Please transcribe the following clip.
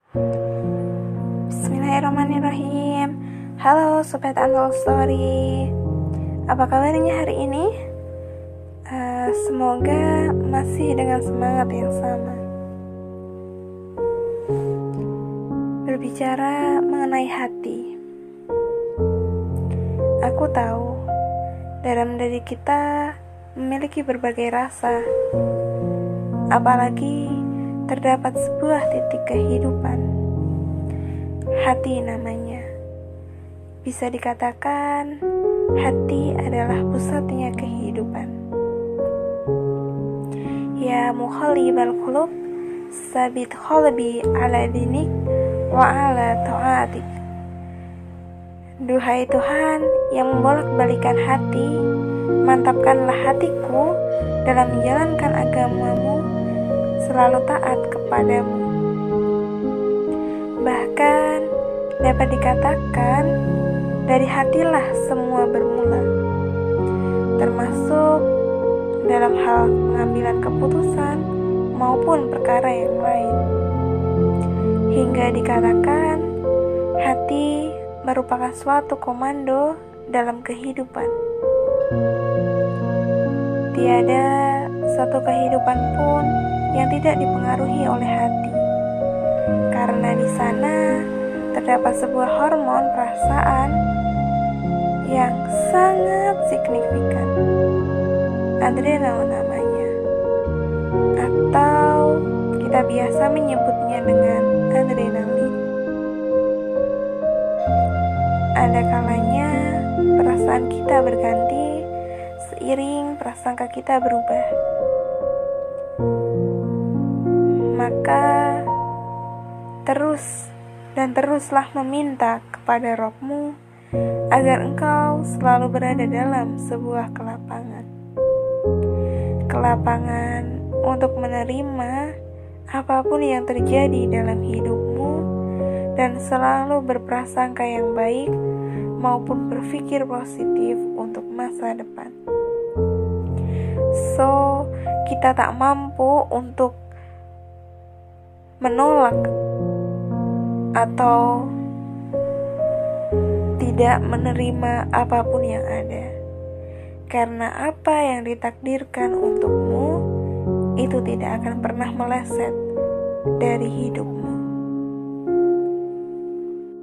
Bismillahirrahmanirrahim. Halo Sobat Untold Story. Apa kabarnya hari ini? Semoga masih dengan semangat yang sama. Berbicara mengenai hati, aku tahu dalam diri kita memiliki berbagai rasa. Apalagi terdapat sebuah titik kehidupan. Hati namanya. Bisa dikatakan hati adalah pusatnya kehidupan. Ya muqallibal qulub, sabit qalbi ala dinik wa ala ta'atik. Duhai Tuhan yang membolak-balikan hati, mantapkanlah hatiku dalam menjalankan agamamu, selalu taat kepadamu. Bahkan dapat dikatakan dari hatilah semua bermula, termasuk dalam hal pengambilan keputusan maupun perkara yang lain. Hingga dikatakan hati merupakan suatu komando dalam kehidupan. Tiada satu kehidupan pun yang tidak dipengaruhi oleh hati, karena di sana terdapat sebuah hormon perasaan yang sangat signifikan, adrenal namanya, atau kita biasa menyebutnya dengan adrenalin. Ada kalanya perasaan kita berganti seiring prasangka kita berubah. Maka teruslah meminta kepada Rohmu agar engkau selalu berada dalam sebuah kelapangan. Kelapangan untuk menerima apapun yang terjadi dalam hidupmu dan selalu berprasangka yang baik maupun berpikir positif untuk masa depan. So, kita tak mampu untuk menolak atau tidak menerima apapun yang ada, karena apa yang ditakdirkan untukmu itu tidak akan pernah meleset dari hidupmu.